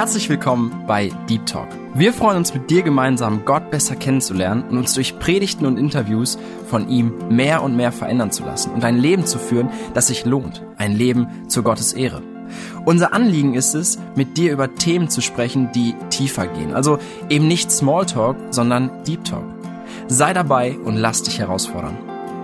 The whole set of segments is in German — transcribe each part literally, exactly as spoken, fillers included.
Herzlich willkommen bei Deep Talk. Wir freuen uns, mit dir gemeinsam Gott besser kennenzulernen und uns durch Predigten und Interviews von ihm mehr und mehr verändern zu lassen und ein Leben zu führen, das sich lohnt, ein Leben zu Gottes Ehre. Unser Anliegen ist es, mit dir über Themen zu sprechen, die tiefer gehen. Also eben nicht Smalltalk, sondern Deep Talk. Sei dabei und lass dich herausfordern.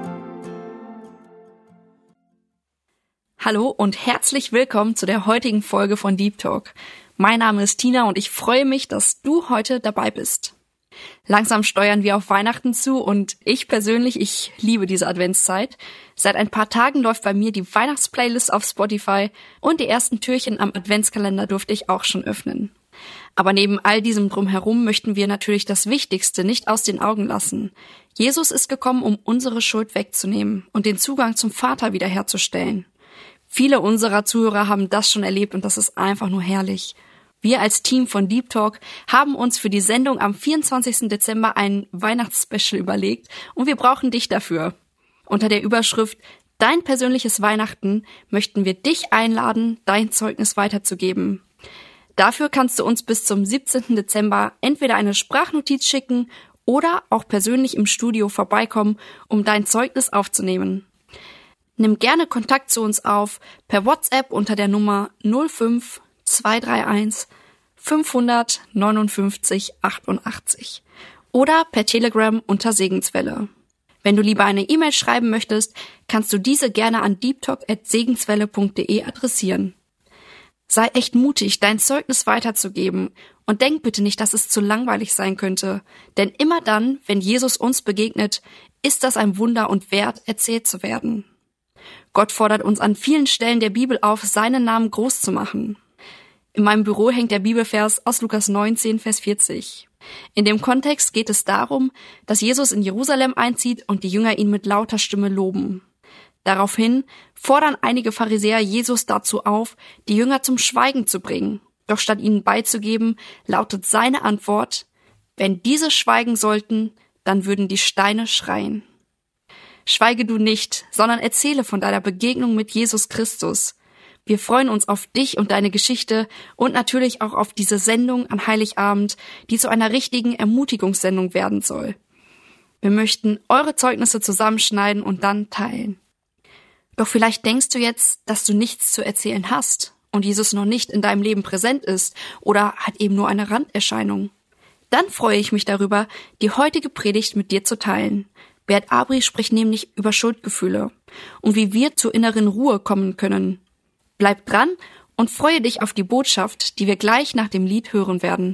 Hallo und herzlich willkommen zu der heutigen Folge von Deep Talk. Mein Name ist Tina und ich freue mich, dass du heute dabei bist. Langsam steuern wir auf Weihnachten zu und ich persönlich, ich liebe diese Adventszeit. Seit ein paar Tagen läuft bei mir die Weihnachtsplaylist auf Spotify und die ersten Türchen am Adventskalender durfte ich auch schon öffnen. Aber neben all diesem Drumherum möchten wir natürlich das Wichtigste nicht aus den Augen lassen. Jesus ist gekommen, um unsere Schuld wegzunehmen und den Zugang zum Vater wiederherzustellen. Viele unserer Zuhörer haben das schon erlebt und das ist einfach nur herrlich. Wir als Team von Deep Talk haben uns für die Sendung am vierundzwanzigsten Dezember ein Weihnachtsspecial überlegt und wir brauchen dich dafür. Unter der Überschrift Dein persönliches Weihnachten möchten wir dich einladen, dein Zeugnis weiterzugeben. Dafür kannst du uns bis zum siebzehnten Dezember entweder eine Sprachnotiz schicken oder auch persönlich im Studio vorbeikommen, um dein Zeugnis aufzunehmen. Nimm gerne Kontakt zu uns auf per WhatsApp unter der Nummer null fünf zwei drei eins fünfhundert neunundfünfzig achtundachtzig oder per Telegram unter Segenswelle. Wenn du lieber eine E-Mail schreiben möchtest, kannst du diese gerne an deeptalk at segenswelle punkt de adressieren. Sei echt mutig, dein Zeugnis weiterzugeben und denk bitte nicht, dass es zu langweilig sein könnte, denn immer dann, wenn Jesus uns begegnet, ist das ein Wunder und wert, erzählt zu werden. Gott fordert uns an vielen Stellen der Bibel auf, seinen Namen groß zu machen. In meinem Büro hängt der Bibelvers aus Lukas neunzehn, Vers vierzig. In dem Kontext geht es darum, dass Jesus in Jerusalem einzieht und die Jünger ihn mit lauter Stimme loben. Daraufhin fordern einige Pharisäer Jesus dazu auf, die Jünger zum Schweigen zu bringen. Doch statt ihnen beizugeben, lautet seine Antwort: Wenn diese schweigen sollten, dann würden die Steine schreien. Schweige du nicht, sondern erzähle von deiner Begegnung mit Jesus Christus. Wir freuen uns auf dich und deine Geschichte und natürlich auch auf diese Sendung an Heiligabend, die zu einer richtigen Ermutigungssendung werden soll. Wir möchten eure Zeugnisse zusammenschneiden und dann teilen. Doch vielleicht denkst du jetzt, dass du nichts zu erzählen hast und Jesus noch nicht in deinem Leben präsent ist oder hat eben nur eine Randerscheinung. Dann freue ich mich darüber, die heutige Predigt mit dir zu teilen. Bert Abri spricht nämlich über Schuldgefühle und wie wir zur inneren Ruhe kommen können. Bleib dran und freue dich auf die Botschaft, die wir gleich nach dem Lied hören werden.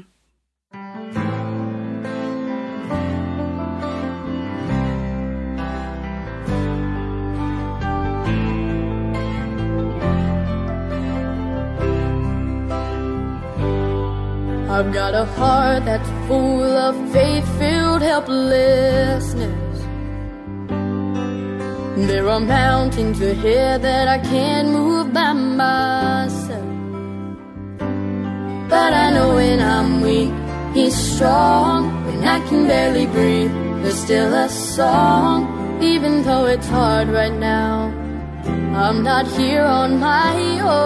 I've got a heart that's full of faith-filled helplessness. There are mountains ahead that I can't move by myself. But I know when I'm weak, He's strong. When I can barely breathe, there's still a song. Even though it's hard right now, I'm not here on my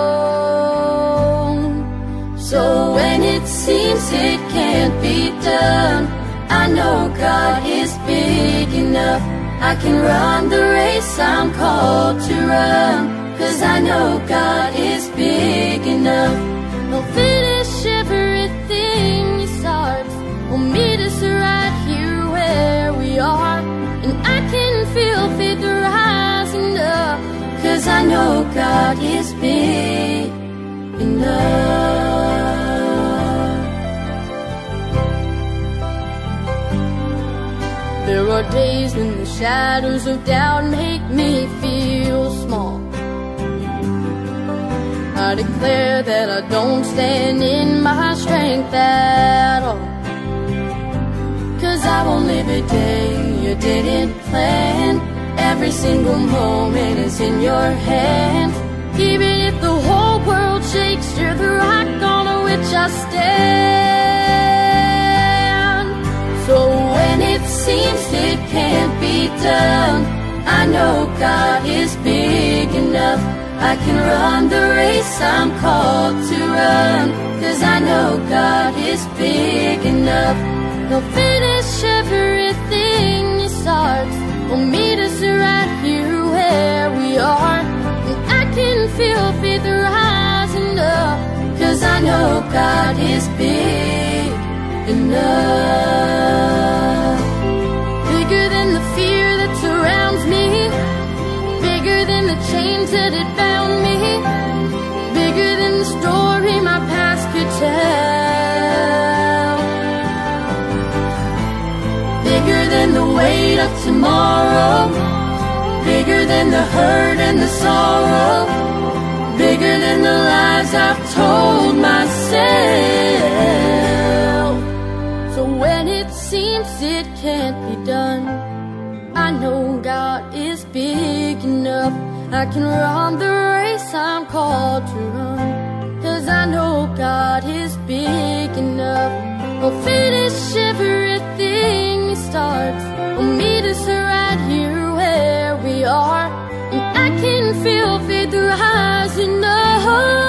own. So when it seems it can't be done, I know God is big enough. I can run the race I'm called to run, 'cause I know God is big enough. He'll finish everything He starts. He'll meet us right here where we are, and I can feel faith rising up, 'cause I know God is big enough. There are days when the shadows of doubt make me feel small. I declare that I don't stand in my strength at all, 'cause I won't live a day you didn't plan. Every single moment is in your hands. Even if the whole world shakes, you're the rock on which I stand. So when it seems it can't be done, I know God is big enough. I can run the race I'm called to run, 'cause I know God is big enough. He'll finish everything He starts. Will meet us right here where we are, and I can feel faith rising up, 'cause I know God is big enough. Bigger than the fear that surrounds me, bigger than the chains that it bound me, bigger than the story my past could tell, bigger than the weight of tomorrow, bigger than the hurt and the sorrow, bigger than the lies I've told myself. So when it seems it can't be done, I know God is big enough. I can run the race I'm called to run, 'cause I know God is big enough. He'll finish everything He starts. He'll meet us right here where we are, and I can feel faith rising up.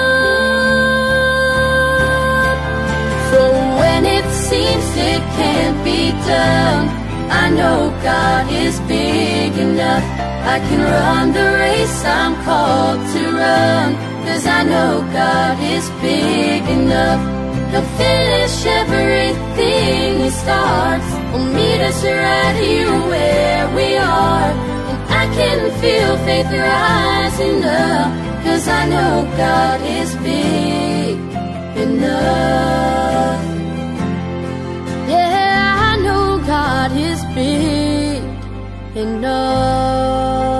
So when it seems it can't be done, I know God is big enough. I can run the race I'm called to run, 'cause I know God is big enough. He'll finish everything He starts. Will meet us right here where we are, and I can feel faith rising up, 'cause I know God is big enough. Yeah, I know God is big enough.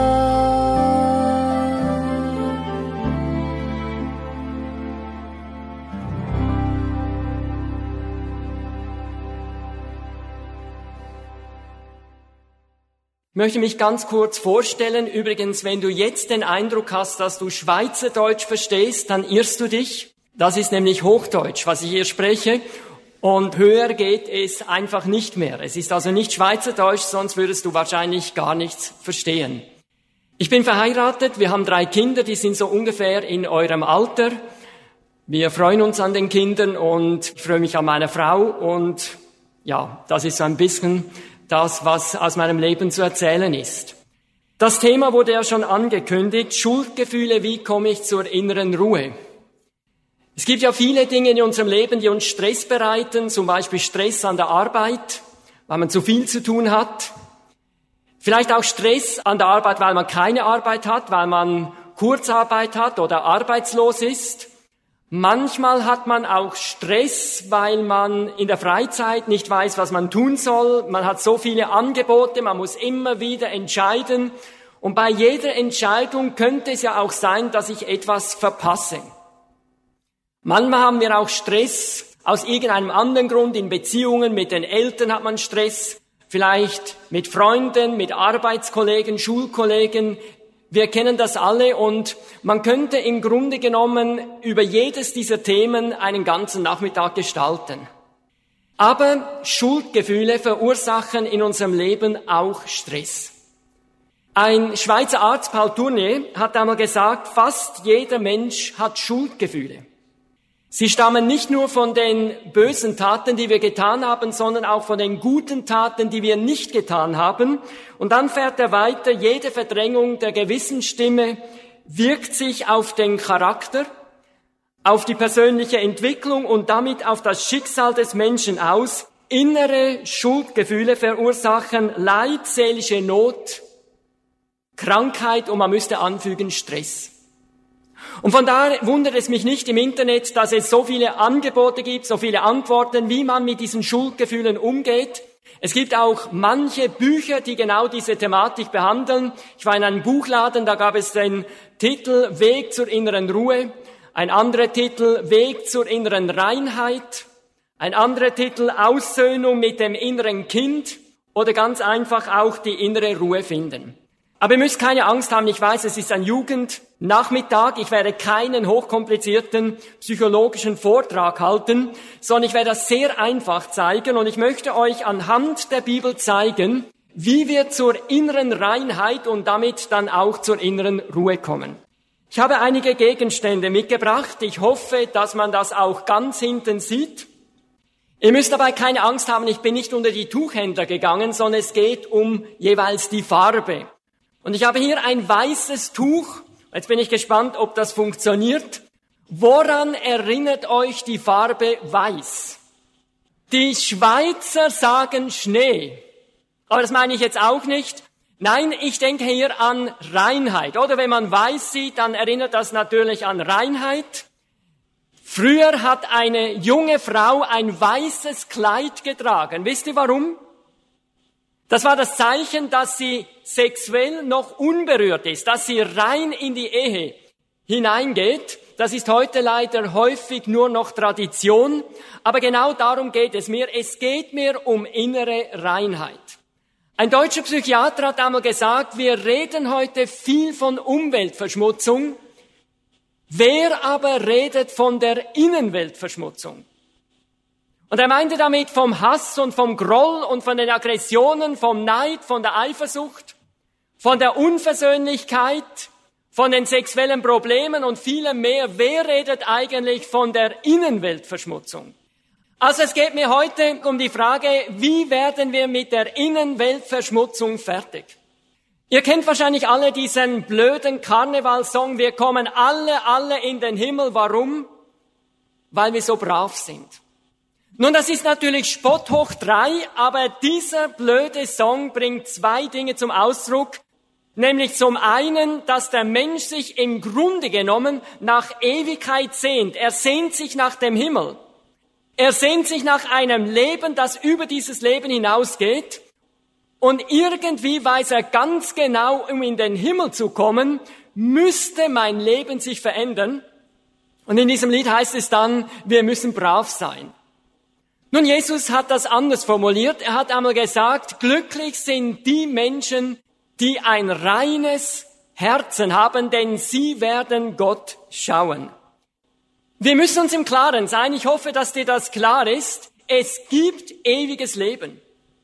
Ich möchte mich ganz kurz vorstellen. Übrigens, wenn du jetzt den Eindruck hast, dass du Schweizerdeutsch verstehst, dann irrst du dich. Das ist nämlich Hochdeutsch, was ich hier spreche. Und höher geht es einfach nicht mehr. Es ist also nicht Schweizerdeutsch, sonst würdest du wahrscheinlich gar nichts verstehen. Ich bin verheiratet, wir haben drei Kinder, die sind so ungefähr in eurem Alter. Wir freuen uns an den Kindern und ich freue mich an meiner Frau. Und ja, das ist so ein bisschen das, was aus meinem Leben zu erzählen ist. Das Thema wurde ja schon angekündigt, Schuldgefühle, wie komme ich zur inneren Ruhe? Es gibt ja viele Dinge in unserem Leben, die uns Stress bereiten, zum Beispiel Stress an der Arbeit, weil man zu viel zu tun hat. Vielleicht auch Stress an der Arbeit, weil man keine Arbeit hat, weil man Kurzarbeit hat oder arbeitslos ist. Manchmal hat man auch Stress, weil man in der Freizeit nicht weiß, was man tun soll. Man hat so viele Angebote, man muss immer wieder entscheiden. Und bei jeder Entscheidung könnte es ja auch sein, dass ich etwas verpasse. Manchmal haben wir auch Stress aus irgendeinem anderen Grund. In Beziehungen mit den Eltern hat man Stress, vielleicht mit Freunden, mit Arbeitskollegen, Schulkollegen. Wir kennen das alle und man könnte im Grunde genommen über jedes dieser Themen einen ganzen Nachmittag gestalten. Aber Schuldgefühle verursachen in unserem Leben auch Stress. Ein Schweizer Arzt, Paul Tournier, hat einmal gesagt, fast jeder Mensch hat Schuldgefühle. Sie stammen nicht nur von den bösen Taten, die wir getan haben, sondern auch von den guten Taten, die wir nicht getan haben. Und dann fährt er weiter, jede Verdrängung der Gewissensstimme wirkt sich auf den Charakter, auf die persönliche Entwicklung und damit auf das Schicksal des Menschen aus. Innere Schuldgefühle verursachen Leid, seelische Not, Krankheit und man müsste anfügen Stress. Und von daher wundert es mich nicht im Internet, dass es so viele Angebote gibt, so viele Antworten, wie man mit diesen Schuldgefühlen umgeht. Es gibt auch manche Bücher, die genau diese Thematik behandeln. Ich war in einem Buchladen, da gab es den Titel Weg zur inneren Ruhe, ein anderer Titel Weg zur inneren Reinheit, ein anderer Titel Aussöhnung mit dem inneren Kind oder ganz einfach auch die innere Ruhe finden. Aber ihr müsst keine Angst haben, ich weiß, es ist ein Jugendnachmittag, ich werde keinen hochkomplizierten psychologischen Vortrag halten, sondern ich werde das sehr einfach zeigen und ich möchte euch anhand der Bibel zeigen, wie wir zur inneren Reinheit und damit dann auch zur inneren Ruhe kommen. Ich habe einige Gegenstände mitgebracht. Ich hoffe, dass man das auch ganz hinten sieht. Ihr müsst dabei keine Angst haben, ich bin nicht unter die Tuchhändler gegangen, sondern es geht um jeweils die Farbe. Und ich habe hier ein weißes Tuch. Jetzt bin ich gespannt, ob das funktioniert. Woran erinnert euch die Farbe weiß? Die Schweizer sagen Schnee. Aber das meine ich jetzt auch nicht. Nein, ich denke hier an Reinheit. Oder wenn man weiß sieht, dann erinnert das natürlich an Reinheit. Früher hat eine junge Frau ein weißes Kleid getragen. Wisst ihr warum? Das war das Zeichen, dass sie sexuell noch unberührt ist, dass sie rein in die Ehe hineingeht. Das ist heute leider häufig nur noch Tradition. Aber genau darum geht es mir. Es geht mir um innere Reinheit. Ein deutscher Psychiater hat einmal gesagt, wir reden heute viel von Umweltverschmutzung. Wer aber redet von der Innenweltverschmutzung? Und er meinte damit vom Hass und vom Groll und von den Aggressionen, vom Neid, von der Eifersucht, von der Unversöhnlichkeit, von den sexuellen Problemen und vielem mehr. Wer redet eigentlich von der Innenweltverschmutzung? Also es geht mir heute um die Frage, wie werden wir mit der Innenweltverschmutzung fertig? Ihr kennt wahrscheinlich alle diesen blöden Karnevalssong, wir kommen alle, alle in den Himmel. Warum? Weil wir so brav sind. Nun, das ist natürlich Spott hoch drei, aber dieser blöde Song bringt zwei Dinge zum Ausdruck. Nämlich zum einen, dass der Mensch sich im Grunde genommen nach Ewigkeit sehnt. Er sehnt sich nach dem Himmel. Er sehnt sich nach einem Leben, das über dieses Leben hinausgeht. Und irgendwie weiß er ganz genau, um in den Himmel zu kommen, müsste mein Leben sich verändern. Und in diesem Lied heißt es dann, wir müssen brav sein. Nun, Jesus hat das anders formuliert. Er hat einmal gesagt, glücklich sind die Menschen, die ein reines Herzen haben, denn sie werden Gott schauen. Wir müssen uns im Klaren sein, ich hoffe, dass dir das klar ist, es gibt ewiges Leben.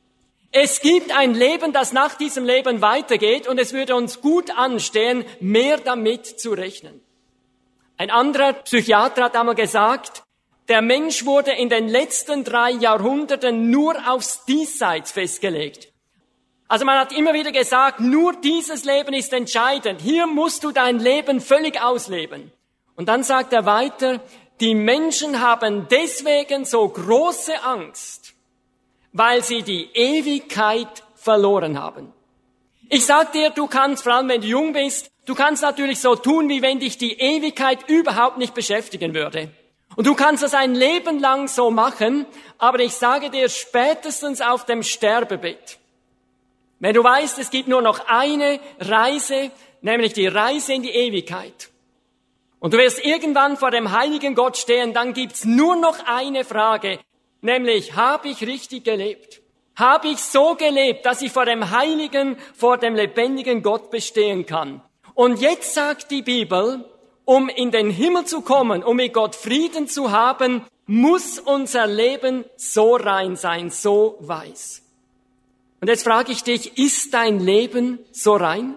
Es gibt ein Leben, das nach diesem Leben weitergeht und es würde uns gut anstehen, mehr damit zu rechnen. Ein anderer Psychiater hat einmal gesagt, der Mensch wurde in den letzten drei Jahrhunderten nur aufs Diesseits festgelegt. Also man hat immer wieder gesagt, nur dieses Leben ist entscheidend. Hier musst du dein Leben völlig ausleben. Und dann sagt er weiter, die Menschen haben deswegen so große Angst, weil sie die Ewigkeit verloren haben. Ich sag dir, du kannst, vor allem wenn du jung bist, du kannst natürlich so tun, wie wenn dich die Ewigkeit überhaupt nicht beschäftigen würde. Und du kannst das ein Leben lang so machen, aber ich sage dir, spätestens auf dem Sterbebett, wenn du weißt, es gibt nur noch eine Reise, nämlich die Reise in die Ewigkeit, und du wirst irgendwann vor dem heiligen Gott stehen, dann gibt's nur noch eine Frage, nämlich, habe ich richtig gelebt? Habe ich so gelebt, dass ich vor dem heiligen, vor dem lebendigen Gott bestehen kann? Und jetzt sagt die Bibel, um in den Himmel zu kommen, um mit Gott Frieden zu haben, muss unser Leben so rein sein, so weiß. Und jetzt frage ich dich, ist dein Leben so rein?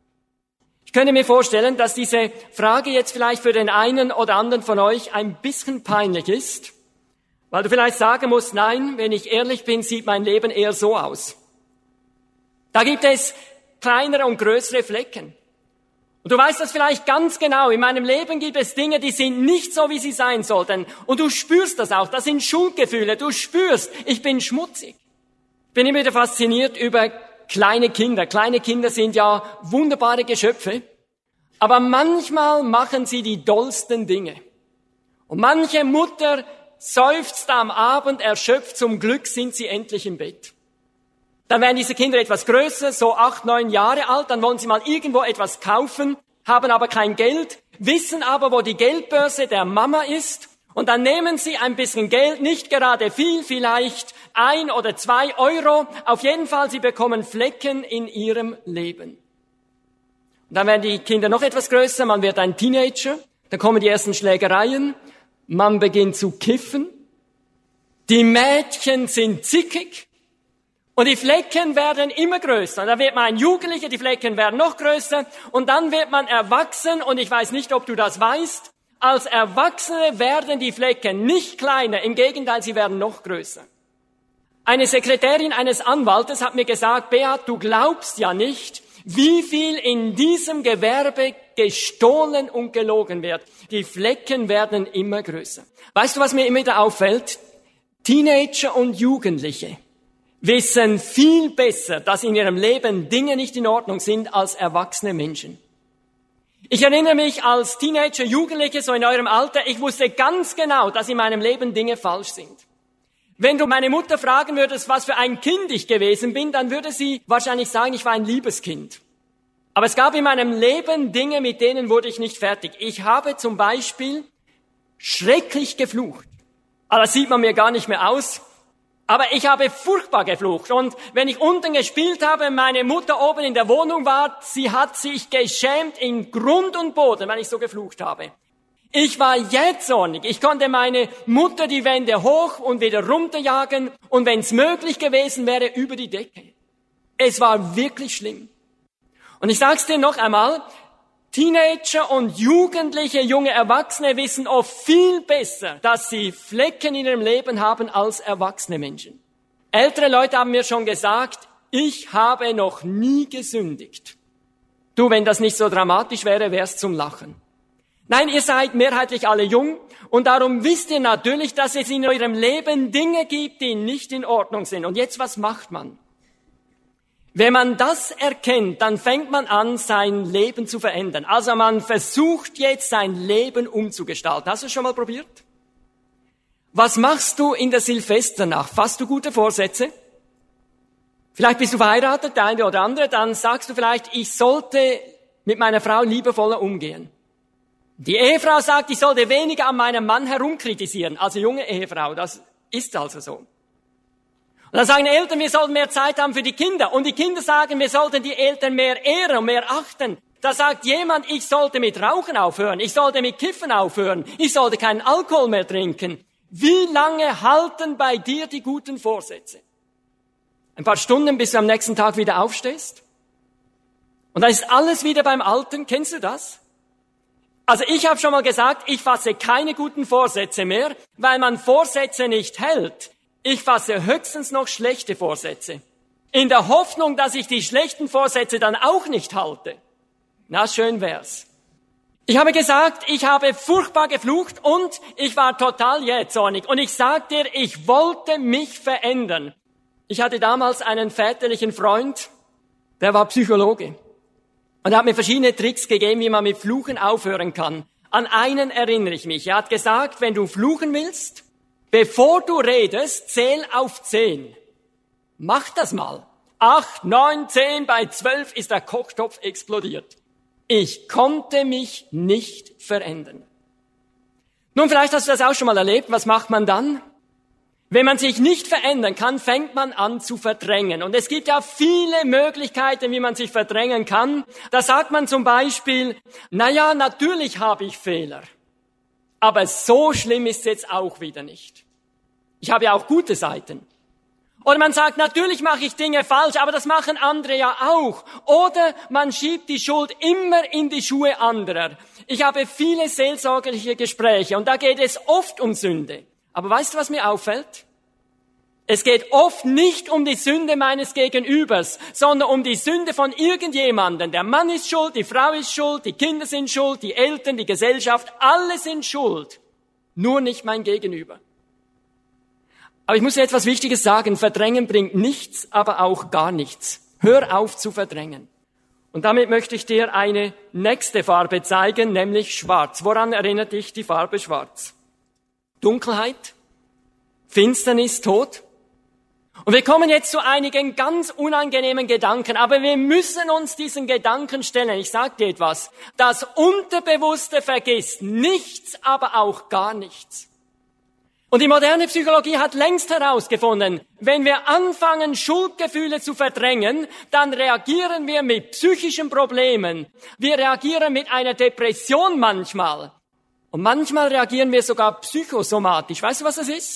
Ich könnte mir vorstellen, dass diese Frage jetzt vielleicht für den einen oder anderen von euch ein bisschen peinlich ist, weil du vielleicht sagen musst, nein, wenn ich ehrlich bin, sieht mein Leben eher so aus. Da gibt es kleinere und größere Flecken. Und du weißt das vielleicht ganz genau, in meinem Leben gibt es Dinge, die sind nicht so, wie sie sein sollten. Und du spürst das auch, das sind Schuldgefühle, du spürst, ich bin schmutzig. Ich bin immer wieder fasziniert über kleine Kinder. Kleine Kinder sind ja wunderbare Geschöpfe, aber manchmal machen sie die dollsten Dinge. Und manche Mutter seufzt am Abend erschöpft, zum Glück sind sie endlich im Bett. Dann werden diese Kinder etwas größer, so acht, neun Jahre alt, dann wollen sie mal irgendwo etwas kaufen, haben aber kein Geld, wissen aber, wo die Geldbörse der Mama ist. Und dann nehmen sie ein bisschen Geld, nicht gerade viel, vielleicht ein oder zwei Euro. Auf jeden Fall, sie bekommen Flecken in ihrem Leben. Und dann werden die Kinder noch etwas größer, man wird ein Teenager, dann kommen die ersten Schlägereien, man beginnt zu kiffen, die Mädchen sind zickig Und die Flecken werden immer größer. Und dann wird man ein Jugendlicher, die Flecken werden noch größer. Und dann wird man erwachsen. Und ich weiß nicht, ob du das weißt. Als Erwachsene werden die Flecken nicht kleiner. Im Gegenteil, sie werden noch größer. Eine Sekretärin eines Anwaltes hat mir gesagt, Beat, du glaubst ja nicht, wie viel in diesem Gewerbe gestohlen und gelogen wird. Die Flecken werden immer größer. Weißt du, was mir immer wieder auffällt? Teenager und Jugendliche wissen viel besser, dass in ihrem Leben Dinge nicht in Ordnung sind, als erwachsene Menschen. Ich erinnere mich als Teenager, Jugendliche, so in eurem Alter, ich wusste ganz genau, dass in meinem Leben Dinge falsch sind. Wenn du meine Mutter fragen würdest, was für ein Kind ich gewesen bin, dann würde sie wahrscheinlich sagen, ich war ein liebes Kind. Aber es gab in meinem Leben Dinge, mit denen wurde ich nicht fertig. Ich habe zum Beispiel schrecklich geflucht. Aber das sieht man mir gar nicht mehr aus. Aber ich habe furchtbar geflucht. Und wenn ich unten gespielt habe, meine Mutter oben in der Wohnung war, sie hat sich geschämt in Grund und Boden, wenn ich so geflucht habe. Ich war jähzornig. Ich konnte meine Mutter die Wände hoch und wieder runterjagen und wenn es möglich gewesen wäre, über die Decke. Es war wirklich schlimm. Und ich sag's dir noch einmal, Teenager und Jugendliche, junge Erwachsene wissen oft viel besser, dass sie Flecken in ihrem Leben haben als erwachsene Menschen. Ältere Leute haben mir schon gesagt, ich habe noch nie gesündigt. Du, wenn das nicht so dramatisch wäre, wär's zum Lachen. Nein, ihr seid mehrheitlich alle jung und darum wisst ihr natürlich, dass es in eurem Leben Dinge gibt, die nicht in Ordnung sind. Und jetzt, was macht man? Wenn man das erkennt, dann fängt man an, sein Leben zu verändern. Also man versucht jetzt, sein Leben umzugestalten. Hast du es schon mal probiert? Was machst du in der Silvesternacht? Fasst du gute Vorsätze? Vielleicht bist du verheiratet, der eine oder andere, dann sagst du vielleicht, ich sollte mit meiner Frau liebevoller umgehen. Die Ehefrau sagt, ich sollte weniger an meinem Mann herumkritisieren. Also junge Ehefrau, das ist also so. Und dann sagen die Eltern, wir sollten mehr Zeit haben für die Kinder. Und die Kinder sagen, wir sollten die Eltern mehr ehren und mehr achten. Da sagt jemand, ich sollte mit Rauchen aufhören, ich sollte mit Kiffen aufhören, ich sollte keinen Alkohol mehr trinken. Wie lange halten bei dir die guten Vorsätze? Ein paar Stunden, bis du am nächsten Tag wieder aufstehst? Und dann ist alles wieder beim Alten. Kennst du das? Also ich habe schon mal gesagt, ich fasse keine guten Vorsätze mehr, weil man Vorsätze nicht hält. Ich fasse höchstens noch schlechte Vorsätze. In der Hoffnung, dass ich die schlechten Vorsätze dann auch nicht halte. Na, schön wär's. Ich habe gesagt, ich habe furchtbar geflucht und ich war total jähzornig. Und ich sag dir, ich wollte mich verändern. Ich hatte damals einen väterlichen Freund, der war Psychologe. Und er hat mir verschiedene Tricks gegeben, wie man mit Fluchen aufhören kann. An einen erinnere ich mich. Er hat gesagt, wenn du fluchen willst, bevor du redest, zähl auf zehn. Mach das mal. Acht, neun, zehn, bei zwölf ist der Kochtopf explodiert. Ich konnte mich nicht verändern. Nun, vielleicht hast du das auch schon mal erlebt. Was macht man dann? Wenn man sich nicht verändern kann, fängt man an zu verdrängen. Und es gibt ja viele Möglichkeiten, wie man sich verdrängen kann. Da sagt man zum Beispiel, na ja, natürlich habe ich Fehler. Aber so schlimm ist es jetzt auch wieder nicht. Ich habe ja auch gute Seiten. Oder man sagt, natürlich mache ich Dinge falsch, aber das machen andere ja auch. Oder man schiebt die Schuld immer in die Schuhe anderer. Ich habe viele seelsorgerliche Gespräche und da geht es oft um Sünde. Aber weißt du, was mir auffällt? Es geht oft nicht um die Sünde meines Gegenübers, sondern um die Sünde von irgendjemandem. Der Mann ist schuld, die Frau ist schuld, die Kinder sind schuld, die Eltern, die Gesellschaft, alle sind schuld. Nur nicht mein Gegenüber. Aber ich muss dir etwas Wichtiges sagen. Verdrängen bringt nichts, aber auch gar nichts. Hör auf zu verdrängen. Und damit möchte ich dir eine nächste Farbe zeigen, nämlich schwarz. Woran erinnert dich die Farbe schwarz? Dunkelheit, Finsternis, Tod. Und wir kommen jetzt zu einigen ganz unangenehmen Gedanken, aber wir müssen uns diesen Gedanken stellen. Ich sage dir etwas. Das Unterbewusste vergisst nichts, aber auch gar nichts. Und die moderne Psychologie hat längst herausgefunden, wenn wir anfangen, Schuldgefühle zu verdrängen, dann reagieren wir mit psychischen Problemen. Wir reagieren mit einer Depression manchmal. Und manchmal reagieren wir sogar psychosomatisch. Weißt du, was das ist?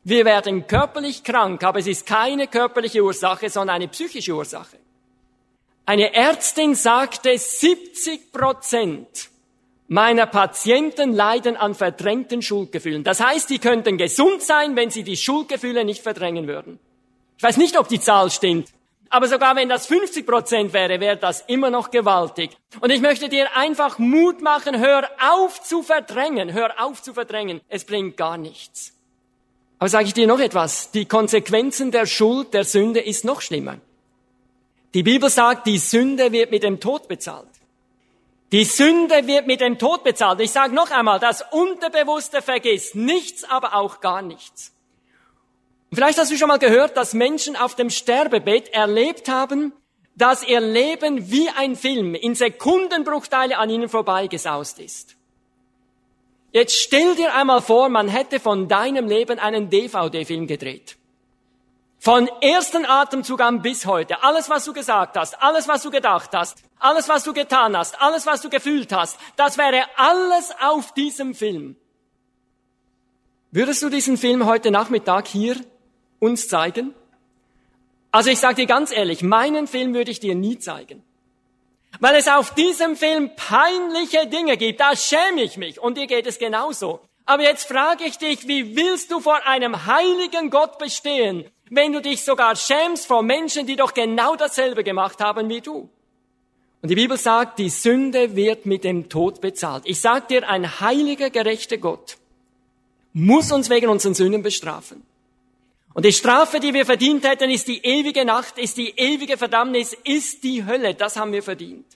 Wir werden körperlich krank, aber es ist keine körperliche Ursache, sondern eine psychische Ursache. Eine Ärztin sagte, siebzig Prozent meiner Patienten leiden an verdrängten Schuldgefühlen. Das heißt, die könnten gesund sein, wenn sie die Schuldgefühle nicht verdrängen würden. Ich weiß nicht, ob die Zahl stimmt, aber sogar wenn das fünfzig Prozent wäre, wäre das immer noch gewaltig. Und ich möchte dir einfach Mut machen, hör auf zu verdrängen, hör auf zu verdrängen. Es bringt gar nichts. Aber sage ich dir noch etwas, die Konsequenzen der Schuld, der Sünde ist noch schlimmer. Die Bibel sagt, die Sünde wird mit dem Tod bezahlt. Die Sünde wird mit dem Tod bezahlt. Ich sage noch einmal, das Unterbewusste vergisst nichts, aber auch gar nichts. Und vielleicht hast du schon mal gehört, dass Menschen auf dem Sterbebett erlebt haben, dass ihr Leben wie ein Film in Sekundenbruchteile an ihnen vorbeigesaust ist. Jetzt stell dir einmal vor, man hätte von deinem Leben einen D V D-Film gedreht. Von ersten Atemzug an bis heute. Alles, was du gesagt hast, alles, was du gedacht hast, alles, was du getan hast, alles, was du gefühlt hast, das wäre alles auf diesem Film. Würdest du diesen Film heute Nachmittag hier uns zeigen? Also ich sage dir ganz ehrlich, meinen Film würde ich dir nie zeigen. Weil es auf diesem Film peinliche Dinge gibt, da schäme ich mich und dir geht es genauso. Aber jetzt frage ich dich, wie willst du vor einem heiligen Gott bestehen, wenn du dich sogar schämst vor Menschen, die doch genau dasselbe gemacht haben wie du? Und die Bibel sagt, die Sünde wird mit dem Tod bezahlt. Ich sage dir, ein heiliger, gerechter Gott muss uns wegen unseren Sünden bestrafen. Und die Strafe, die wir verdient hätten, ist die ewige Nacht, ist die ewige Verdammnis, ist die Hölle. Das haben wir verdient.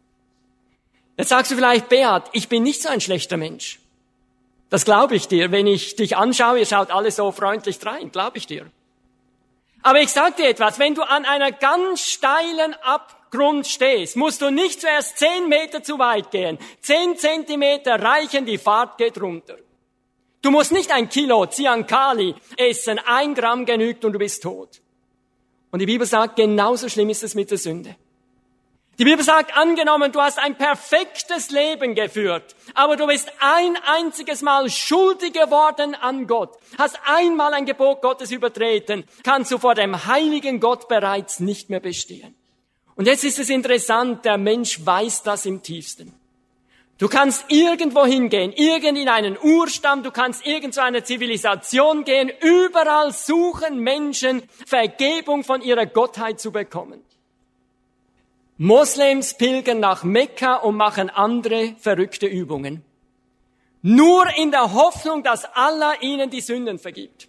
Jetzt sagst du vielleicht, Beat, ich bin nicht so ein schlechter Mensch. Das glaube ich dir. Wenn ich dich anschaue, ihr schaut alle so freundlich rein, glaube ich dir. Aber ich sage dir etwas, wenn du an einer ganz steilen Abgrund stehst, musst du nicht zuerst zehn Meter zu weit gehen. Zehn Zentimeter reichen, die Fahrt geht runter. Du musst nicht ein Kilo Ziankali essen, ein Gramm genügt und du bist tot. Und die Bibel sagt, genauso schlimm ist es mit der Sünde. Die Bibel sagt, angenommen, du hast ein perfektes Leben geführt, aber du bist ein einziges Mal schuldig geworden an Gott, hast einmal ein Gebot Gottes übertreten, kannst du vor dem heiligen Gott bereits nicht mehr bestehen. Und jetzt ist es interessant, der Mensch weiß das im tiefsten. Du kannst irgendwo hingehen, irgend in einen Urstamm, du kannst irgend zu einer Zivilisation gehen, überall suchen Menschen Vergebung von ihrer Gottheit zu bekommen. Moslems pilgern nach Mekka und machen andere verrückte Übungen. Nur in der Hoffnung, dass Allah ihnen die Sünden vergibt.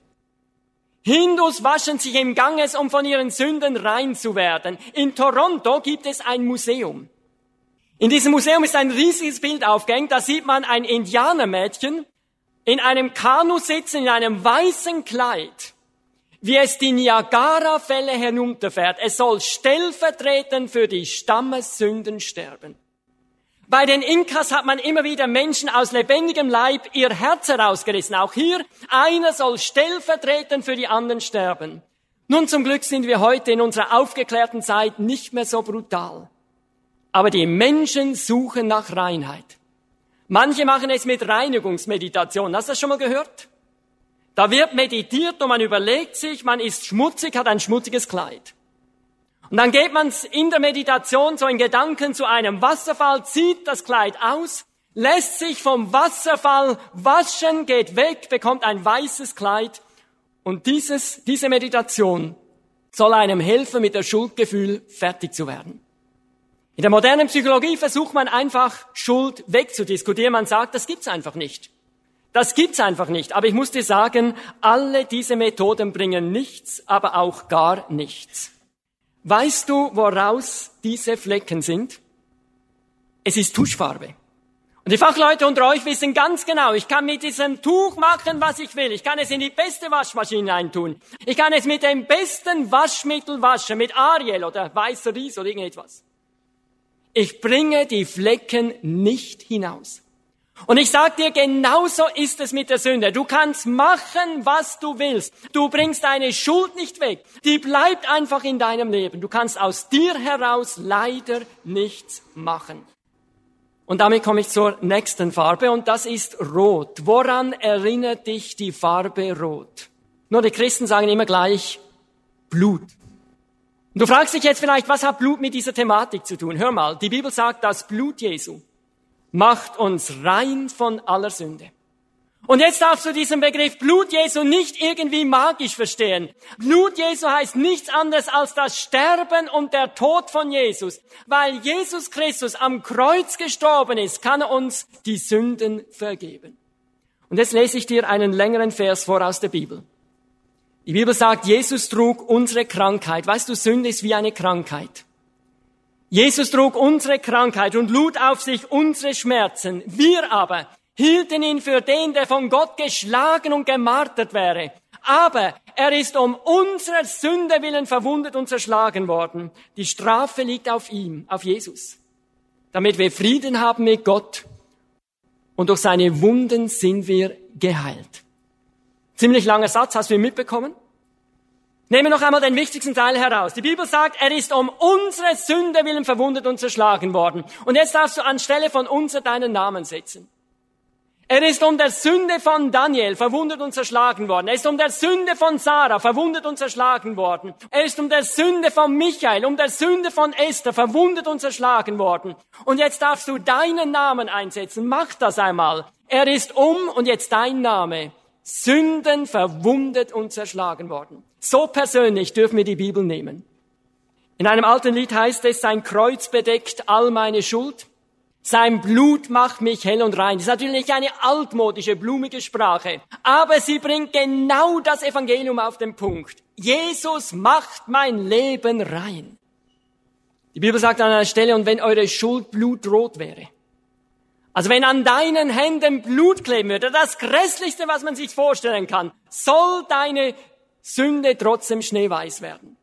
Hindus waschen sich im Ganges, um von ihren Sünden rein zu werden. In Toronto gibt es ein Museum. In diesem Museum ist ein riesiges Bild aufgehängt. Da sieht man ein Indianermädchen in einem Kanu sitzen, in einem weißen Kleid, wie es die Niagara-Fälle herunterfährt. Es soll stellvertretend für die Stammessünden sterben. Bei den Inkas hat man immer wieder Menschen aus lebendigem Leib ihr Herz herausgerissen. Auch hier, einer soll stellvertretend für die anderen sterben. Nun, zum Glück sind wir heute in unserer aufgeklärten Zeit nicht mehr so brutal. Aber die Menschen suchen nach Reinheit. Manche machen es mit Reinigungsmeditation. Hast du das schon mal gehört? Da wird meditiert und man überlegt sich, man ist schmutzig, hat ein schmutziges Kleid. Und dann geht man in der Meditation so in Gedanken zu einem Wasserfall, zieht das Kleid aus, lässt sich vom Wasserfall waschen, geht weg, bekommt ein weißes Kleid. Und dieses, diese Meditation soll einem helfen, mit der Schuldgefühl fertig zu werden. In der modernen Psychologie versucht man einfach, Schuld wegzudiskutieren. Man sagt, das gibt's einfach nicht. Das gibt's einfach nicht. Aber ich muss dir sagen, alle diese Methoden bringen nichts, aber auch gar nichts. Weißt du, woraus diese Flecken sind? Es ist Tuschfarbe. Und die Fachleute unter euch wissen ganz genau, ich kann mit diesem Tuch machen, was ich will. Ich kann es in die beste Waschmaschine eintun. Ich kann es mit dem besten Waschmittel waschen, mit Ariel oder weißer Ries oder irgendetwas. Ich bringe die Flecken nicht hinaus. Und ich sag dir, genauso ist es mit der Sünde. Du kannst machen, was du willst. Du bringst deine Schuld nicht weg. Die bleibt einfach in deinem Leben. Du kannst aus dir heraus leider nichts machen. Und damit komme ich zur nächsten Farbe und das ist Rot. Woran erinnert dich die Farbe Rot? Nur die Christen sagen immer gleich Blut. Und du fragst dich jetzt vielleicht, was hat Blut mit dieser Thematik zu tun? Hör mal, die Bibel sagt, das Blut Jesu macht uns rein von aller Sünde. Und jetzt darfst du diesen Begriff Blut Jesu nicht irgendwie magisch verstehen. Blut Jesu heißt nichts anderes als das Sterben und der Tod von Jesus. Weil Jesus Christus am Kreuz gestorben ist, kann er uns die Sünden vergeben. Und jetzt lese ich dir einen längeren Vers vor aus der Bibel. Die Bibel sagt, Jesus trug unsere Krankheit. Weißt du, Sünde ist wie eine Krankheit. Jesus trug unsere Krankheit und lud auf sich unsere Schmerzen. Wir aber hielten ihn für den, der von Gott geschlagen und gemartert wäre. Aber er ist um unserer Sünde willen verwundet und zerschlagen worden. Die Strafe liegt auf ihm, auf Jesus, damit wir Frieden haben mit Gott. Und durch seine Wunden sind wir geheilt. Ziemlich langer Satz, hast du ihn mitbekommen? Nehmen wir noch einmal den wichtigsten Teil heraus. Die Bibel sagt, er ist um unsere Sünde willen verwundet und zerschlagen worden. Und jetzt darfst du anstelle von unser deinen Namen setzen. Er ist um der Sünde von Daniel verwundet und zerschlagen worden. Er ist um der Sünde von Sarah verwundet und zerschlagen worden. Er ist um der Sünde von Michael, um der Sünde von Esther verwundet und zerschlagen worden. Und jetzt darfst du deinen Namen einsetzen. Mach das einmal. Er ist um, und jetzt dein Name, Sünden verwundet und zerschlagen worden. So persönlich dürfen wir die Bibel nehmen. In einem alten Lied heißt es, sein Kreuz bedeckt all meine Schuld. Sein Blut macht mich hell und rein. Das ist natürlich eine altmodische, blumige Sprache. Aber sie bringt genau das Evangelium auf den Punkt. Jesus macht mein Leben rein. Die Bibel sagt an einer Stelle, und wenn eure Schuld blutrot wäre. Also wenn an deinen Händen Blut kleben würde, das Grässlichste, was man sich vorstellen kann, soll deine Sünde trotzdem schneeweiß werden.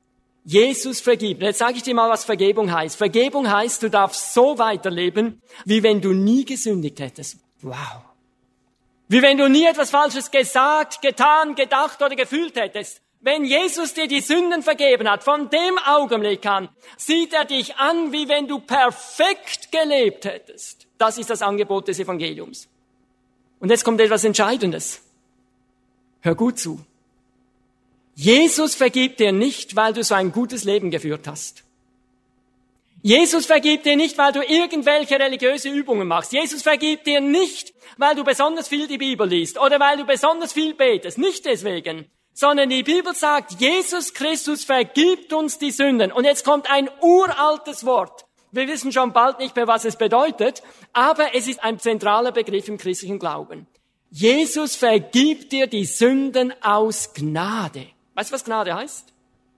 Jesus vergibt. Jetzt sage ich dir mal, was Vergebung heißt. Vergebung heißt, du darfst so weiterleben, wie wenn du nie gesündigt hättest. Wow. Wie wenn du nie etwas Falsches gesagt, getan, gedacht oder gefühlt hättest. Wenn Jesus dir die Sünden vergeben hat, von dem Augenblick an, sieht er dich an, wie wenn du perfekt gelebt hättest. Das ist das Angebot des Evangeliums. Und jetzt kommt etwas Entscheidendes. Hör gut zu. Jesus vergibt dir nicht, weil du so ein gutes Leben geführt hast. Jesus vergibt dir nicht, weil du irgendwelche religiöse Übungen machst. Jesus vergibt dir nicht, weil du besonders viel die Bibel liest oder weil du besonders viel betest. Nicht deswegen, sondern die Bibel sagt, Jesus Christus vergibt uns die Sünden. Und jetzt kommt ein uraltes Wort. Wir wissen schon bald nicht mehr, was es bedeutet, aber es ist ein zentraler Begriff im christlichen Glauben. Jesus vergibt dir die Sünden aus Gnade. Weißt du, was Gnade heißt?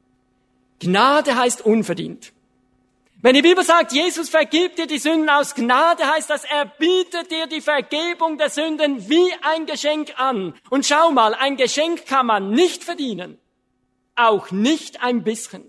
Gnade heißt unverdient. Wenn die Bibel sagt, Jesus vergibt dir die Sünden aus Gnade, heißt das, er bietet dir die Vergebung der Sünden wie ein Geschenk an. Und schau mal, ein Geschenk kann man nicht verdienen. Auch nicht ein bisschen.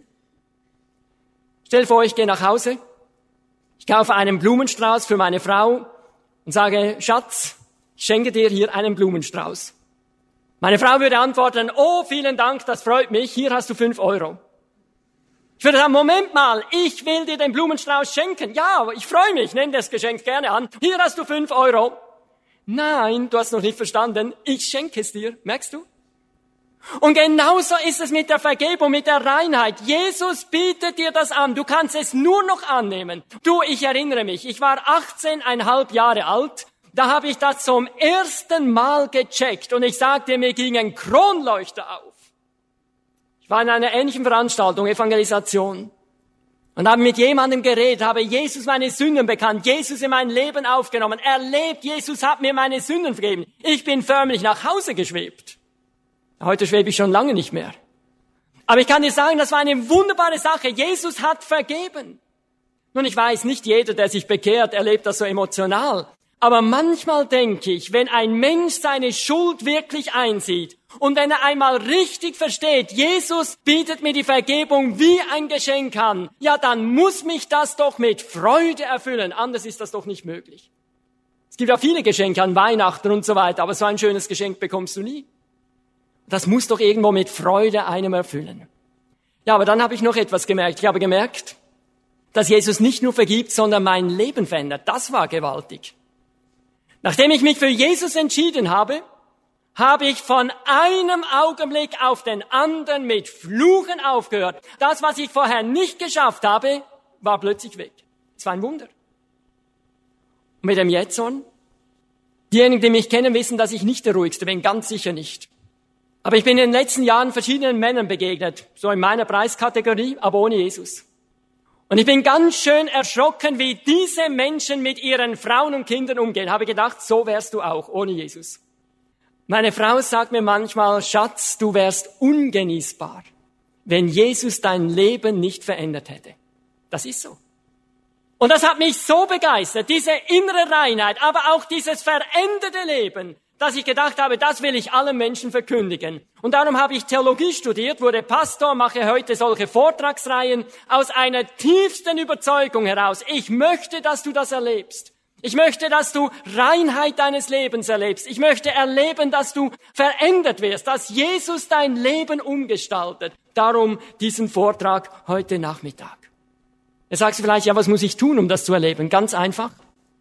Stell vor, ich gehe nach Hause, ich kaufe einen Blumenstrauß für meine Frau und sage, Schatz, ich schenke dir hier einen Blumenstrauß. Meine Frau würde antworten, oh, vielen Dank, das freut mich, hier hast du fünf Euro. Ich würde sagen, Moment mal, ich will dir den Blumenstrauß schenken. Ja, ich freue mich, nimm das Geschenk gerne an. Hier hast du fünf Euro. Nein, du hast noch nicht verstanden, ich schenke es dir, merkst du? Und genauso ist es mit der Vergebung, mit der Reinheit. Jesus bietet dir das an, du kannst es nur noch annehmen. Du, ich erinnere mich, ich war achtzehneinhalb Jahre alt. Da habe ich das zum ersten Mal gecheckt und ich sagte, mir gingen Kronleuchter auf. Ich war in einer ähnlichen Veranstaltung, Evangelisation, und habe mit jemandem geredet, habe Jesus meine Sünden bekannt, Jesus in mein Leben aufgenommen, erlebt, Jesus hat mir meine Sünden vergeben. Ich bin förmlich nach Hause geschwebt. Heute schwebe ich schon lange nicht mehr. Aber ich kann dir sagen, das war eine wunderbare Sache. Jesus hat vergeben. Nun, ich weiß, nicht jeder, der sich bekehrt, erlebt das so emotional. Aber manchmal denke ich, wenn ein Mensch seine Schuld wirklich einsieht und wenn er einmal richtig versteht, Jesus bietet mir die Vergebung wie ein Geschenk an, ja, dann muss mich das doch mit Freude erfüllen. Anders ist das doch nicht möglich. Es gibt auch viele Geschenke an Weihnachten und so weiter, aber so ein schönes Geschenk bekommst du nie. Das muss doch irgendwo mit Freude einem erfüllen. Ja, aber dann habe ich noch etwas gemerkt. Ich habe gemerkt, dass Jesus nicht nur vergibt, sondern mein Leben verändert. Das war gewaltig. Nachdem ich mich für Jesus entschieden habe, habe ich von einem Augenblick auf den anderen mit Fluchen aufgehört. Das, was ich vorher nicht geschafft habe, war plötzlich weg. Es war ein Wunder. Und mit dem Jetson? Diejenigen, die mich kennen, wissen, dass ich nicht der Ruhigste bin, ganz sicher nicht. Aber ich bin in den letzten Jahren verschiedenen Männern begegnet, so in meiner Preiskategorie, aber ohne Jesus. Und ich bin ganz schön erschrocken, wie diese Menschen mit ihren Frauen und Kindern umgehen. Habe gedacht, so wärst du auch, ohne Jesus. Meine Frau sagt mir manchmal, Schatz, du wärst ungenießbar, wenn Jesus dein Leben nicht verändert hätte. Das ist so. Und das hat mich so begeistert, diese innere Reinheit, aber auch dieses veränderte Leben, dass ich gedacht habe, das will ich allen Menschen verkündigen. Und darum habe ich Theologie studiert, wurde Pastor, mache heute solche Vortragsreihen aus einer tiefsten Überzeugung heraus. Ich möchte, dass du das erlebst. Ich möchte, dass du Reinheit deines Lebens erlebst. Ich möchte erleben, dass du verändert wirst, dass Jesus dein Leben umgestaltet. Darum diesen Vortrag heute Nachmittag. Jetzt sagst du vielleicht, ja, was muss ich tun, um das zu erleben? Ganz einfach.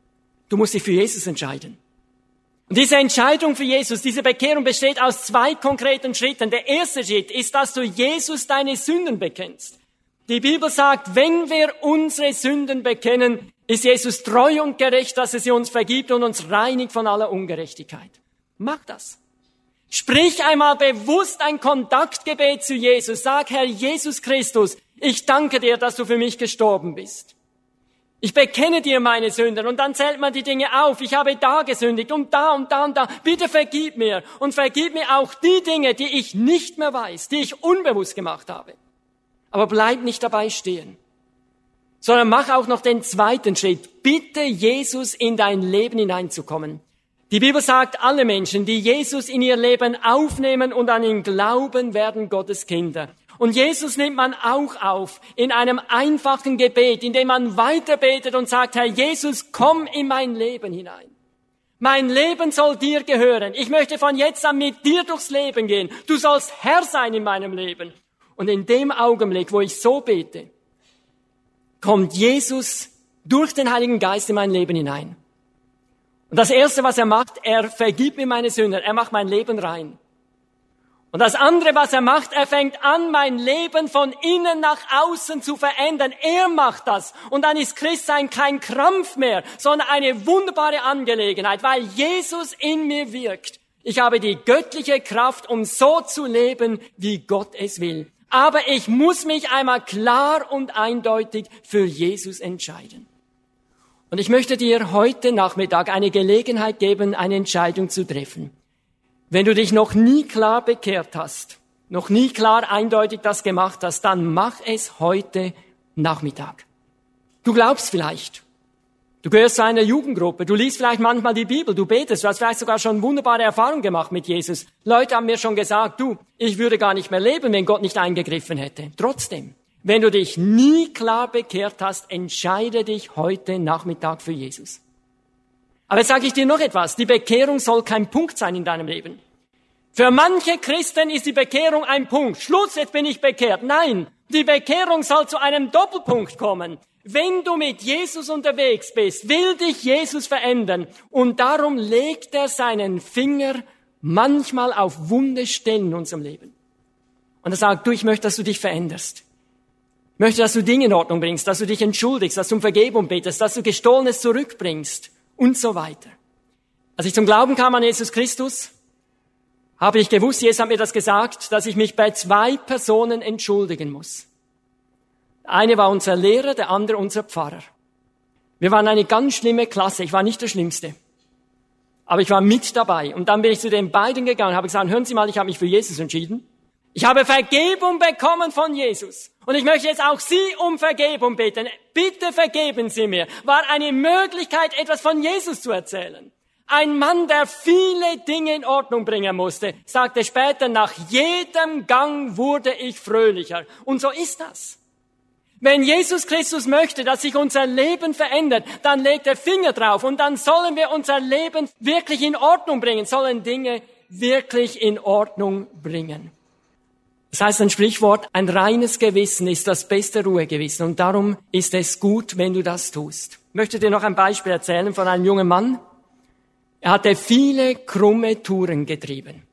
Du musst dich für Jesus entscheiden. Und diese Entscheidung für Jesus, diese Bekehrung besteht aus zwei konkreten Schritten. Der erste Schritt ist, dass du Jesus deine Sünden bekennst. Die Bibel sagt, wenn wir unsere Sünden bekennen, ist Jesus treu und gerecht, dass er sie uns vergibt und uns reinigt von aller Ungerechtigkeit. Mach das. Sprich einmal bewusst ein Kontaktgebet zu Jesus. Sag, Herr Jesus Christus, ich danke dir, dass du für mich gestorben bist. Ich bekenne dir meine Sünden und dann zählt man die Dinge auf. Ich habe da gesündigt und da und da und da. Bitte vergib mir und vergib mir auch die Dinge, die ich nicht mehr weiß, die ich unbewusst gemacht habe. Aber bleib nicht dabei stehen, sondern mach auch noch den zweiten Schritt. Bitte Jesus in dein Leben hineinzukommen. Die Bibel sagt, alle Menschen, die Jesus in ihr Leben aufnehmen und an ihn glauben, werden Gottes Kinder. Und Jesus nimmt man auch auf in einem einfachen Gebet, indem man weiter betet und sagt, Herr Jesus, komm in mein Leben hinein. Mein Leben soll dir gehören. Ich möchte von jetzt an mit dir durchs Leben gehen. Du sollst Herr sein in meinem Leben. Und in dem Augenblick, wo ich so bete, kommt Jesus durch den Heiligen Geist in mein Leben hinein. Und das Erste, was er macht, er vergibt mir meine Sünden. Er macht mein Leben rein. Und das andere, was er macht, er fängt an, mein Leben von innen nach außen zu verändern. Er macht das. Und dann ist Christsein kein Krampf mehr, sondern eine wunderbare Angelegenheit, weil Jesus in mir wirkt. Ich habe die göttliche Kraft, um so zu leben, wie Gott es will. Aber ich muss mich einmal klar und eindeutig für Jesus entscheiden. Und ich möchte dir heute Nachmittag eine Gelegenheit geben, eine Entscheidung zu treffen. Wenn du dich noch nie klar bekehrt hast, noch nie klar eindeutig das gemacht hast, dann mach es heute Nachmittag. Du glaubst vielleicht, du gehörst zu einer Jugendgruppe, du liest vielleicht manchmal die Bibel, du betest, du hast vielleicht sogar schon wunderbare Erfahrungen gemacht mit Jesus. Leute haben mir schon gesagt, du, ich würde gar nicht mehr leben, wenn Gott nicht eingegriffen hätte. Trotzdem, wenn du dich nie klar bekehrt hast, entscheide dich heute Nachmittag für Jesus. Aber jetzt sage ich dir noch etwas. Die Bekehrung soll kein Punkt sein in deinem Leben. Für manche Christen ist die Bekehrung ein Punkt. Schluss, jetzt bin ich bekehrt. Nein, die Bekehrung soll zu einem Doppelpunkt kommen. Wenn du mit Jesus unterwegs bist, will dich Jesus verändern. Und darum legt er seinen Finger manchmal auf wunde Stellen in unserem Leben. Und er sagt, du, ich möchte, dass du dich veränderst. Ich möchte, dass du Dinge in Ordnung bringst, dass du dich entschuldigst, dass du um Vergebung betest, dass du Gestohlenes zurückbringst. Und so weiter. Als ich zum Glauben kam an Jesus Christus, habe ich gewusst, Jesus hat mir das gesagt, dass ich mich bei zwei Personen entschuldigen muss. Der eine war unser Lehrer, der andere unser Pfarrer. Wir waren eine ganz schlimme Klasse, ich war nicht der Schlimmste. Aber ich war mit dabei. Und dann bin ich zu den beiden gegangen und habe gesagt, hören Sie mal, ich habe mich für Jesus entschieden. Ich habe Vergebung bekommen von Jesus. Und ich möchte jetzt auch Sie um Vergebung bitten. Bitte vergeben Sie mir. War eine Möglichkeit, etwas von Jesus zu erzählen. Ein Mann, der viele Dinge in Ordnung bringen musste, sagte später, nach jedem Gang wurde ich fröhlicher. Und so ist das. Wenn Jesus Christus möchte, dass sich unser Leben verändert, dann legt er Finger drauf und dann sollen wir unser Leben wirklich in Ordnung bringen, sollen Dinge wirklich in Ordnung bringen. Das heißt ein Sprichwort, ein reines Gewissen ist das beste Ruhegewissen und darum ist es gut, wenn du das tust. Ich möchte dir noch ein Beispiel erzählen von einem jungen Mann. Er hatte viele krumme Touren getrieben.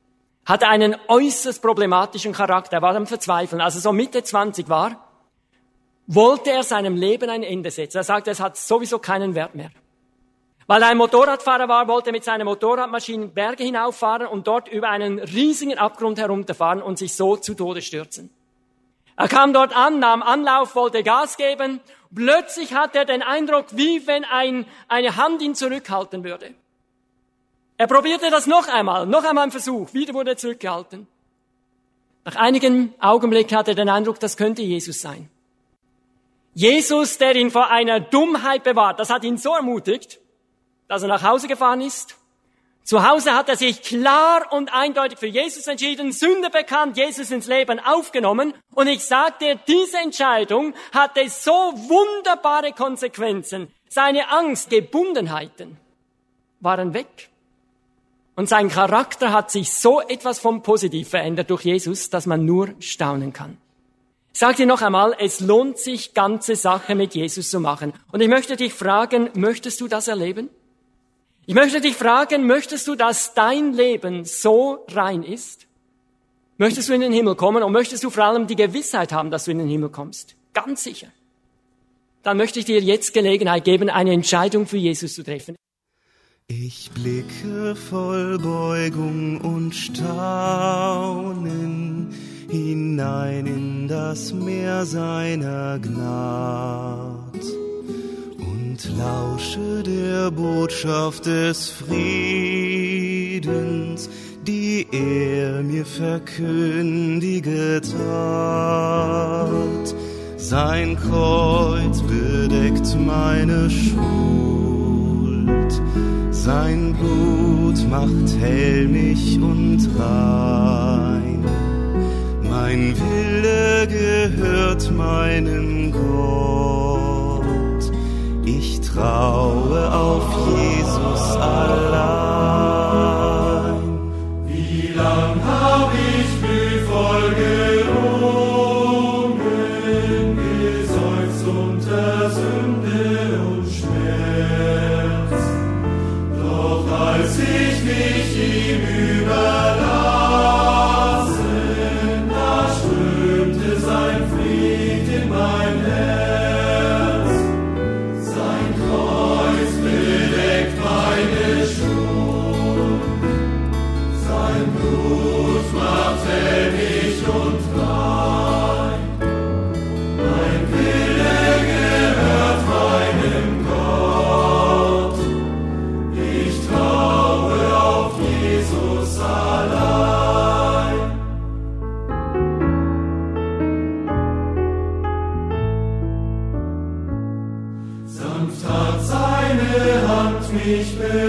hatte einen äußerst problematischen Charakter, er war am Verzweifeln, als er so Mitte zwanzig war, wollte er seinem Leben ein Ende setzen. Er sagte, es hat sowieso keinen Wert mehr. Weil er ein Motorradfahrer war, wollte er mit seiner Motorradmaschine Berge hinauffahren und dort über einen riesigen Abgrund herunterfahren und sich so zu Tode stürzen. Er kam dort an, nahm Anlauf, wollte Gas geben. Plötzlich hatte er den Eindruck, wie wenn ein, eine Hand ihn zurückhalten würde. Er probierte das noch einmal, noch einmal ein Versuch, wieder wurde er zurückgehalten. Nach einigen Augenblicken hatte er den Eindruck, das könnte Jesus sein. Jesus, der ihn vor einer Dummheit bewahrt, das hat ihn so ermutigt, dass er nach Hause gefahren ist. Zu Hause hat er sich klar und eindeutig für Jesus entschieden, Sünde bekannt, Jesus ins Leben aufgenommen. Und ich sage dir, diese Entscheidung hatte so wunderbare Konsequenzen. Seine Angst, Gebundenheiten waren weg. Und sein Charakter hat sich so etwas vom Positiv verändert durch Jesus, dass man nur staunen kann. Ich sage dir noch einmal, es lohnt sich, ganze Sache mit Jesus zu machen. Und ich möchte dich fragen, möchtest du das erleben? Ich möchte dich fragen, möchtest du, dass dein Leben so rein ist? Möchtest du in den Himmel kommen und möchtest du vor allem die Gewissheit haben, dass du in den Himmel kommst? Ganz sicher. Dann möchte ich dir jetzt Gelegenheit geben, eine Entscheidung für Jesus zu treffen. Ich blicke voll Beugung und Staunen hinein in das Meer seiner Gnad und lausche der Botschaft des Friedens, die er mir verkündiget hat. Sein Kreuz bedeckt meine Schuld, sein Blut macht hell mich und rein. Mein Wille gehört meinem Gott. Ich traue auf Jesus allein. Wie lang hab ich mühevoll gerungen, geseufzt unter Sünde und Schmerz. Doch als ich mich ihm überlassen, da strömte sein Fried in mein Herz. Sein Kreuz bedeckt meine Schuld. Sein Blut macht hellig und rein. Mein Wille gehört meinem Gott. Ich traue auf Jesus allein. Sanft hat seine Hand mich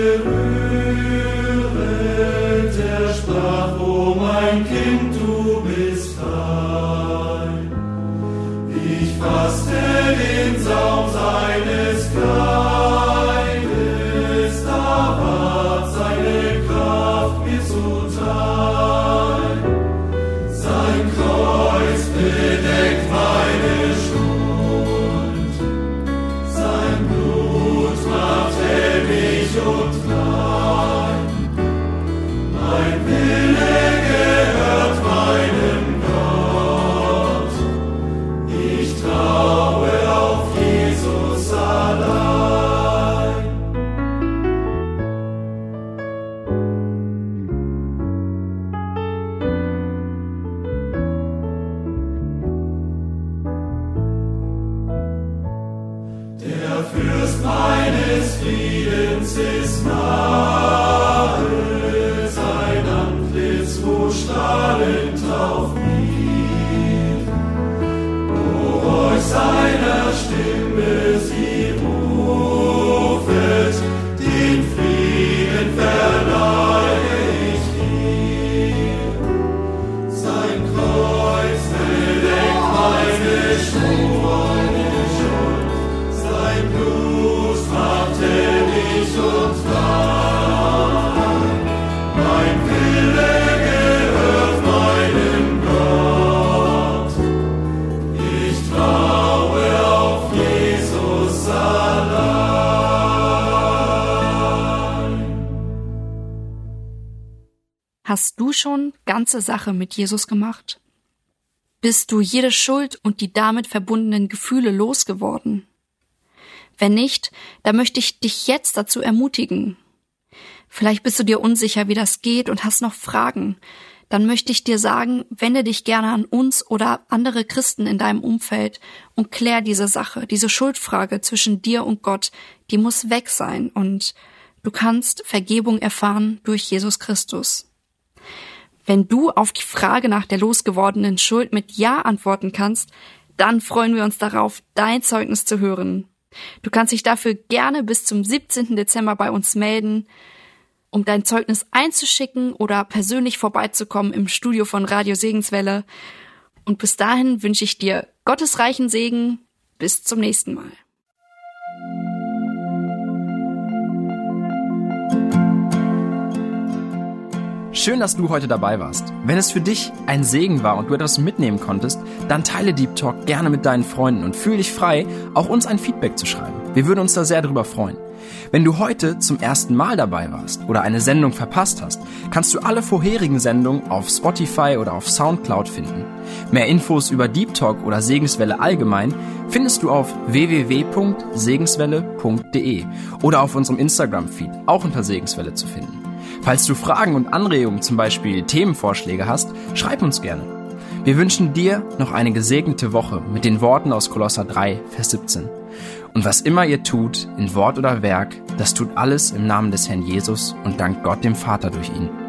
berührt. Er sprach, oh mein Kind, du bist frei. Ich fasste den Saum seines Kleides, da ward seine Kraft mir zuteil. Sein Kreuz bedeckt meine Schuld, sein Blut macht hellig und rein. Mein Wille gehört meinem Gott. Ich traue auf Jesus allein. Der Fürst meines Friedens ist nahe, sein Antlitz ruht strahlend auf mir. Gehorch seiner Stimme, sie rufet, den Frieden verleihe ich dir. Sein Kreuz bedeckt meine Schuld, sein Blut macht hellig und rein. Hast du schon ganze Sache mit Jesus gemacht? Bist du jede Schuld und die damit verbundenen Gefühle losgeworden? Wenn nicht, dann möchte ich dich jetzt dazu ermutigen. Vielleicht bist du dir unsicher, wie das geht und hast noch Fragen. Dann möchte ich dir sagen, wende dich gerne an uns oder andere Christen in deinem Umfeld und klär diese Sache, diese Schuldfrage zwischen dir und Gott, die muss weg sein und du kannst Vergebung erfahren durch Jesus Christus. Wenn du auf die Frage nach der losgewordenen Schuld mit Ja antworten kannst, dann freuen wir uns darauf, dein Zeugnis zu hören. Du kannst dich dafür gerne bis zum siebzehnten Dezember bei uns melden, um dein Zeugnis einzuschicken oder persönlich vorbeizukommen im Studio von Radio Segenswelle. Und bis dahin wünsche ich dir Gottes reichen Segen. Bis zum nächsten Mal. Schön, dass du heute dabei warst. Wenn es für dich ein Segen war und du etwas mitnehmen konntest, dann teile Deep Talk gerne mit deinen Freunden und fühl dich frei, auch uns ein Feedback zu schreiben. Wir würden uns da sehr drüber freuen. Wenn du heute zum ersten Mal dabei warst oder eine Sendung verpasst hast, kannst du alle vorherigen Sendungen auf Spotify oder auf Soundcloud finden. Mehr Infos über Deep Talk oder Segenswelle allgemein findest du auf w w w punkt segenswelle punkt d e oder auf unserem Instagram-Feed, auch unter Segenswelle zu finden. Falls du Fragen und Anregungen, zum Beispiel Themenvorschläge hast, schreib uns gerne. Wir wünschen dir noch eine gesegnete Woche mit den Worten aus Kolosser drei, Vers siebzehn. Und was immer ihr tut, in Wort oder Werk, das tut alles im Namen des Herrn Jesus und dankt Gott dem Vater durch ihn.